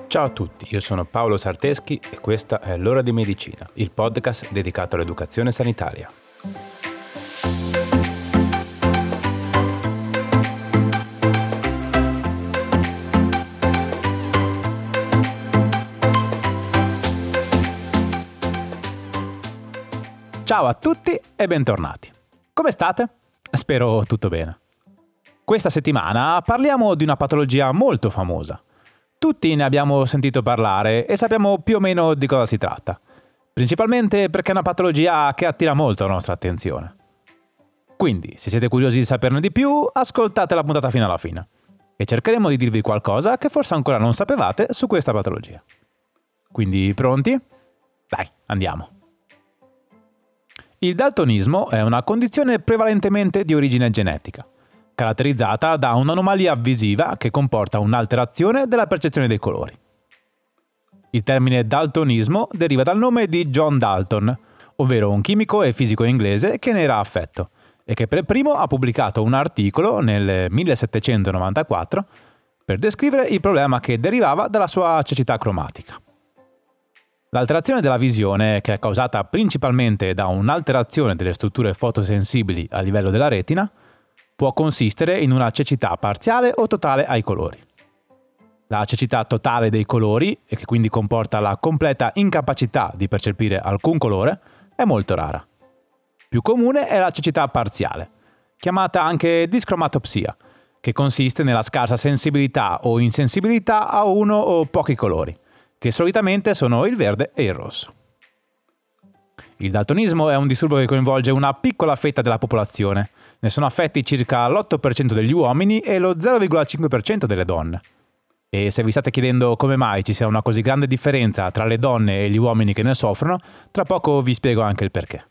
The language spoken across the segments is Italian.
Ciao a tutti, io sono Paolo Sarteschi e questa è L'Ora di Medicina, il podcast dedicato all'educazione sanitaria. Ciao a tutti e bentornati. Come state? Spero tutto bene. Questa settimana parliamo di una patologia molto famosa. Tutti ne abbiamo sentito parlare e sappiamo più o meno di cosa si tratta, principalmente perché è una patologia che attira molto la nostra attenzione. Quindi, se siete curiosi di saperne di più, ascoltate la puntata fino alla fine e cercheremo di dirvi qualcosa che forse ancora non sapevate su questa patologia. Quindi, pronti? Dai, andiamo! Il daltonismo è una condizione prevalentemente di origine genetica, caratterizzata da un'anomalia visiva che comporta un'alterazione della percezione dei colori. Il termine daltonismo deriva dal nome di John Dalton, ovvero un chimico e fisico inglese che ne era affetto e che per primo ha pubblicato un articolo nel 1794 per descrivere il problema che derivava dalla sua cecità cromatica. L'alterazione della visione, che è causata principalmente da un'alterazione delle strutture fotosensibili a livello della retina, può consistere in una cecità parziale o totale ai colori. La cecità totale dei colori, e che quindi comporta la completa incapacità di percepire alcun colore, è molto rara. Più comune è la cecità parziale, chiamata anche discromatopsia, che consiste nella scarsa sensibilità o insensibilità a uno o pochi colori, che solitamente sono il verde e il rosso. Il daltonismo è un disturbo che coinvolge una piccola fetta della popolazione. Ne sono affetti circa l'8% degli uomini e lo 0,5% delle donne. E se vi state chiedendo come mai ci sia una così grande differenza tra le donne e gli uomini che ne soffrono, tra poco vi spiego anche il perché.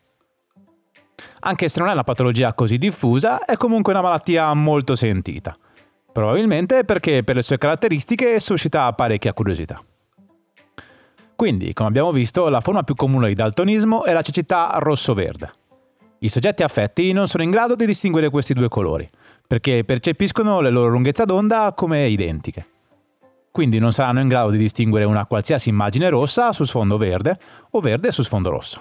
Anche se non è una patologia così diffusa, è comunque una malattia molto sentita. Probabilmente perché per le sue caratteristiche suscita parecchia curiosità. Quindi, come abbiamo visto, la forma più comune di daltonismo è la cecità rosso-verde. I soggetti affetti non sono in grado di distinguere questi due colori, perché percepiscono le loro lunghezza d'onda come identiche. Quindi non saranno in grado di distinguere una qualsiasi immagine rossa su sfondo verde o verde su sfondo rosso.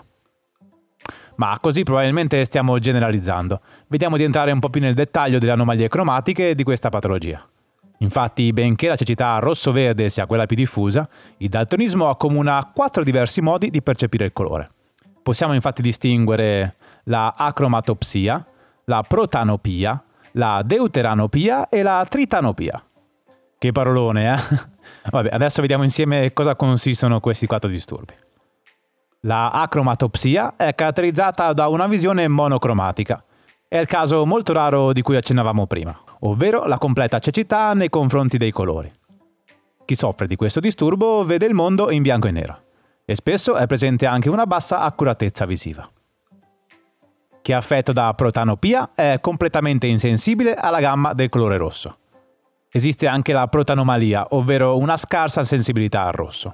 Ma così probabilmente stiamo generalizzando. Vediamo di entrare un po' più nel dettaglio delle anomalie cromatiche di questa patologia. Infatti, benché la cecità rosso-verde sia quella più diffusa, il daltonismo accomuna 4 diversi modi di percepire il colore. Possiamo infatti distinguere la acromatopsia, la protanopia, la deuteranopia e la tritanopia. Che parolone, eh? Vabbè, adesso vediamo insieme cosa consistono questi 4 disturbi. La acromatopsia è caratterizzata da una visione monocromatica. È il caso molto raro di cui accennavamo prima, ovvero la completa cecità nei confronti dei colori. Chi soffre di questo disturbo vede il mondo in bianco e nero e spesso è presente anche una bassa accuratezza visiva. Chi è affetto da protanopia è completamente insensibile alla gamma del colore rosso. Esiste anche la protanomalia, ovvero una scarsa sensibilità al rosso.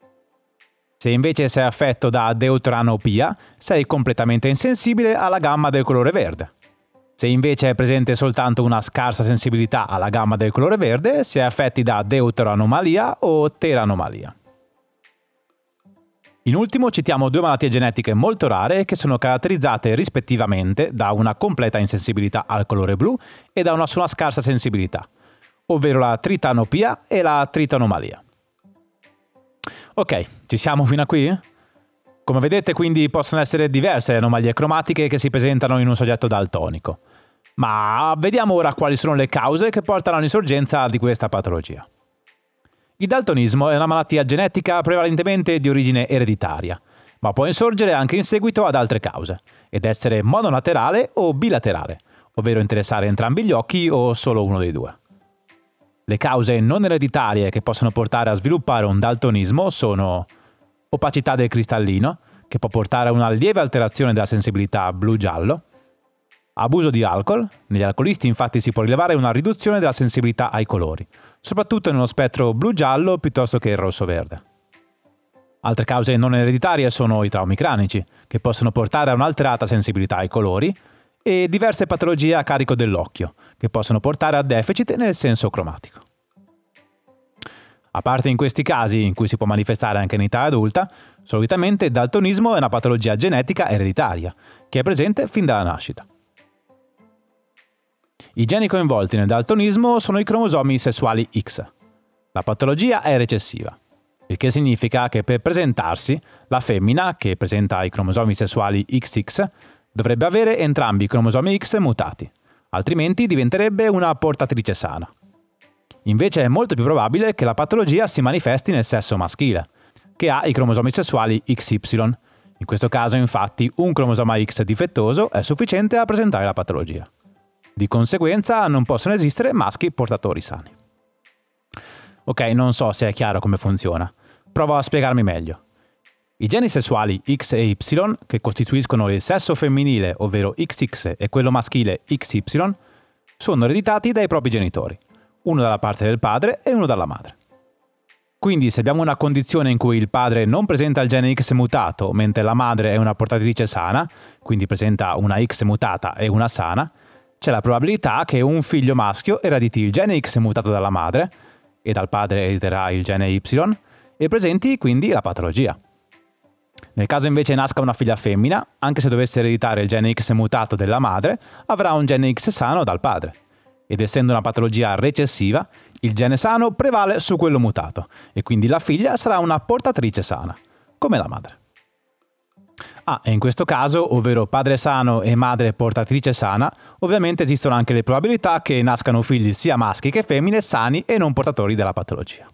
Se invece sei affetto da deuteranopia, sei completamente insensibile alla gamma del colore verde. Se invece è presente soltanto una scarsa sensibilità alla gamma del colore verde, si è affetti da deuteranomalia o teranomalia. In ultimo citiamo 2 malattie genetiche molto rare che sono caratterizzate rispettivamente da una completa insensibilità al colore blu e da una sola scarsa sensibilità, ovvero la tritanopia e la tritanomalia. Ok, ci siamo fino a qui? Come vedete, quindi, possono essere diverse le anomalie cromatiche che si presentano in un soggetto daltonico. Ma vediamo ora quali sono le cause che portano all'insorgenza di questa patologia. Il daltonismo è una malattia genetica prevalentemente di origine ereditaria, ma può insorgere anche in seguito ad altre cause, ed essere monolaterale o bilaterale, ovvero interessare entrambi gli occhi o solo uno dei due. Le cause non ereditarie che possono portare a sviluppare un daltonismo sono opacità del cristallino, che può portare a una lieve alterazione della sensibilità blu-giallo, abuso di alcol. Negli alcolisti infatti si può rilevare una riduzione della sensibilità ai colori, soprattutto nello spettro blu-giallo piuttosto che il rosso-verde. Altre cause non ereditarie sono i traumi cranici, che possono portare a un'alterata sensibilità ai colori, e diverse patologie a carico dell'occhio, che possono portare a deficit nel senso cromatico. A parte in questi casi in cui si può manifestare anche in età adulta, solitamente il daltonismo è una patologia genetica ereditaria, che è presente fin dalla nascita. I geni coinvolti nel daltonismo sono i cromosomi sessuali X. La patologia è recessiva, il che significa che per presentarsi, la femmina, che presenta i cromosomi sessuali XX, dovrebbe avere entrambi i cromosomi X mutati, altrimenti diventerebbe una portatrice sana. Invece è molto più probabile che la patologia si manifesti nel sesso maschile, che ha i cromosomi sessuali XY. In questo caso, infatti, un cromosoma X difettoso è sufficiente a presentare la patologia. Di conseguenza non possono esistere maschi portatori sani. Ok, non so se è chiaro come funziona. Provo a spiegarmi meglio. I geni sessuali X e Y, che costituiscono il sesso femminile, ovvero XX, e quello maschile XY, sono ereditati dai propri genitori, uno dalla parte del padre e uno dalla madre. Quindi se abbiamo una condizione in cui il padre non presenta il gene X mutato, mentre la madre è una portatrice sana, quindi presenta una X mutata e una sana, c'è la probabilità che un figlio maschio erediti il gene X mutato dalla madre, e dal padre erediterà il gene Y, e presenti quindi la patologia. Nel caso invece nasca una figlia femmina, anche se dovesse ereditare il gene X mutato della madre, avrà un gene X sano dal padre. Ed essendo una patologia recessiva, il gene sano prevale su quello mutato, e quindi la figlia sarà una portatrice sana, come la madre. E in questo caso, ovvero padre sano e madre portatrice sana, ovviamente esistono anche le probabilità che nascano figli sia maschi che femmine sani e non portatori della patologia.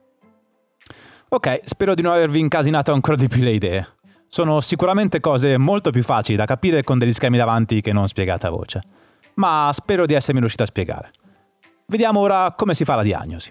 Ok, spero di non avervi incasinato ancora di più le idee. Sono sicuramente cose molto più facili da capire con degli schemi davanti che non spiegate a voce, ma spero di essermi riuscito a spiegare. Vediamo ora come si fa la diagnosi.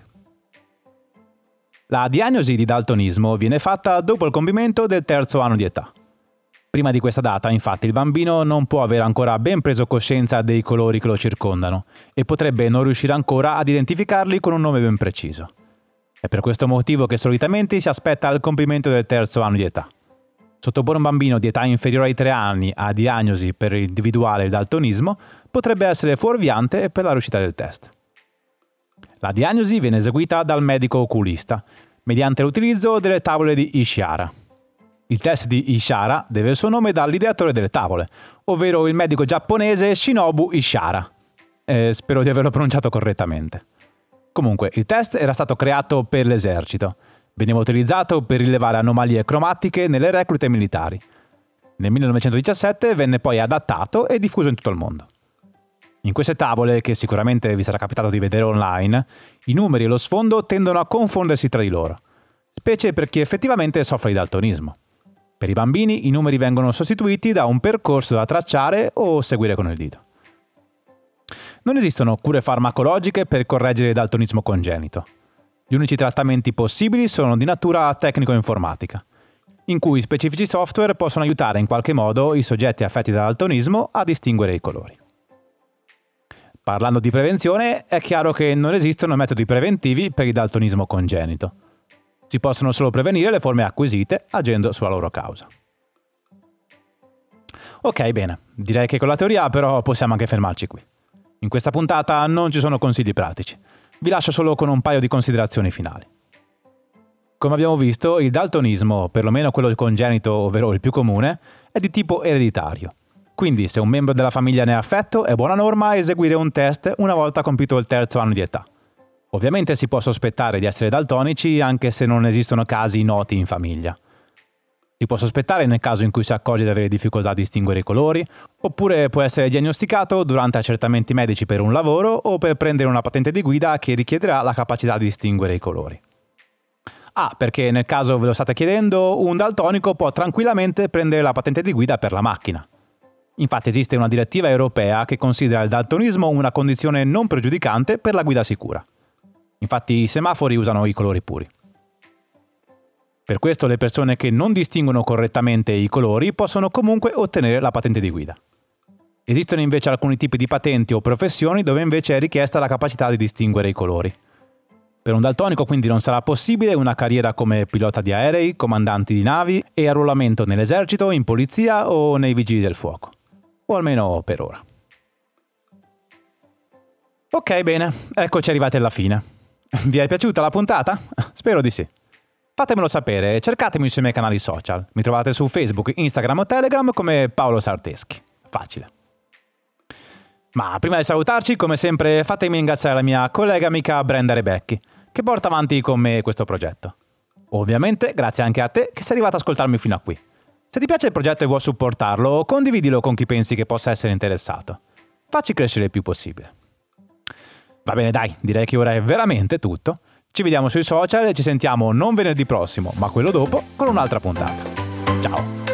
La diagnosi di daltonismo viene fatta dopo il compimento del 3° anno di età. Prima di questa data, infatti, il bambino non può aver ancora ben preso coscienza dei colori che lo circondano e potrebbe non riuscire ancora ad identificarli con un nome ben preciso. È per questo motivo che solitamente si aspetta il compimento del 3° anno di età. Sottoporre un bambino di età inferiore ai 3 anni a diagnosi per individuare il daltonismo potrebbe essere fuorviante per la riuscita del test. La diagnosi viene eseguita dal medico oculista, mediante l'utilizzo delle tavole di Ishihara. Il test di Ishihara deve il suo nome dall'ideatore delle tavole, ovvero il medico giapponese Shinobu Ishihara. Spero di averlo pronunciato correttamente. Comunque, il test era stato creato per l'esercito. Veniva utilizzato per rilevare anomalie cromatiche nelle reclute militari. Nel 1917 venne poi adattato e diffuso in tutto il mondo. In queste tavole, che sicuramente vi sarà capitato di vedere online, i numeri e lo sfondo tendono a confondersi tra di loro, specie per chi effettivamente soffre di daltonismo. Per i bambini i numeri vengono sostituiti da un percorso da tracciare o seguire con il dito. Non esistono cure farmacologiche per correggere il daltonismo congenito. Gli unici trattamenti possibili sono di natura tecnico-informatica, in cui specifici software possono aiutare in qualche modo i soggetti affetti da daltonismo a distinguere i colori. Parlando di prevenzione, è chiaro che non esistono metodi preventivi per il daltonismo congenito. Si possono solo prevenire le forme acquisite agendo sulla loro causa. Ok, bene, direi che con la teoria però possiamo anche fermarci qui. In questa puntata non ci sono consigli pratici, vi lascio solo con un paio di considerazioni finali. Come abbiamo visto, il daltonismo, perlomeno quello congenito, ovvero il più comune, è di tipo ereditario. Quindi, se un membro della famiglia ne è affetto, è buona norma eseguire un test una volta compiuto il 3° anno di età. Ovviamente si può sospettare di essere daltonici anche se non esistono casi noti in famiglia. Si può sospettare nel caso in cui si accorge di avere difficoltà a distinguere i colori, oppure può essere diagnosticato durante accertamenti medici per un lavoro o per prendere una patente di guida che richiederà la capacità di distinguere i colori. Perché nel caso ve lo state chiedendo, un daltonico può tranquillamente prendere la patente di guida per la macchina. Infatti esiste una direttiva europea che considera il daltonismo una condizione non pregiudicante per la guida sicura. Infatti i semafori usano i colori puri. Per questo le persone che non distinguono correttamente i colori possono comunque ottenere la patente di guida. Esistono invece alcuni tipi di patenti o professioni dove invece è richiesta la capacità di distinguere i colori. Per un daltonico quindi non sarà possibile una carriera come pilota di aerei, comandanti di navi e arruolamento nell'esercito, in polizia o nei vigili del fuoco. O almeno per ora. Ok, bene, eccoci arrivati alla fine. Vi è piaciuta la puntata? Spero di sì. Fatemelo sapere, cercatemi sui miei canali social. Mi trovate su Facebook, Instagram o Telegram come Paolo Sarteschi. Facile. Ma prima di salutarci, come sempre, fatemi ringraziare la mia collega amica Brenda Rebecchi, che porta avanti con me questo progetto. Ovviamente, grazie anche a te che sei arrivato ad ascoltarmi fino a qui. Se ti piace il progetto e vuoi supportarlo, condividilo con chi pensi che possa essere interessato. Facci crescere il più possibile. Va bene, dai, direi che ora è veramente tutto. Ci vediamo sui social e ci sentiamo non venerdì prossimo, ma quello dopo, con un'altra puntata. Ciao!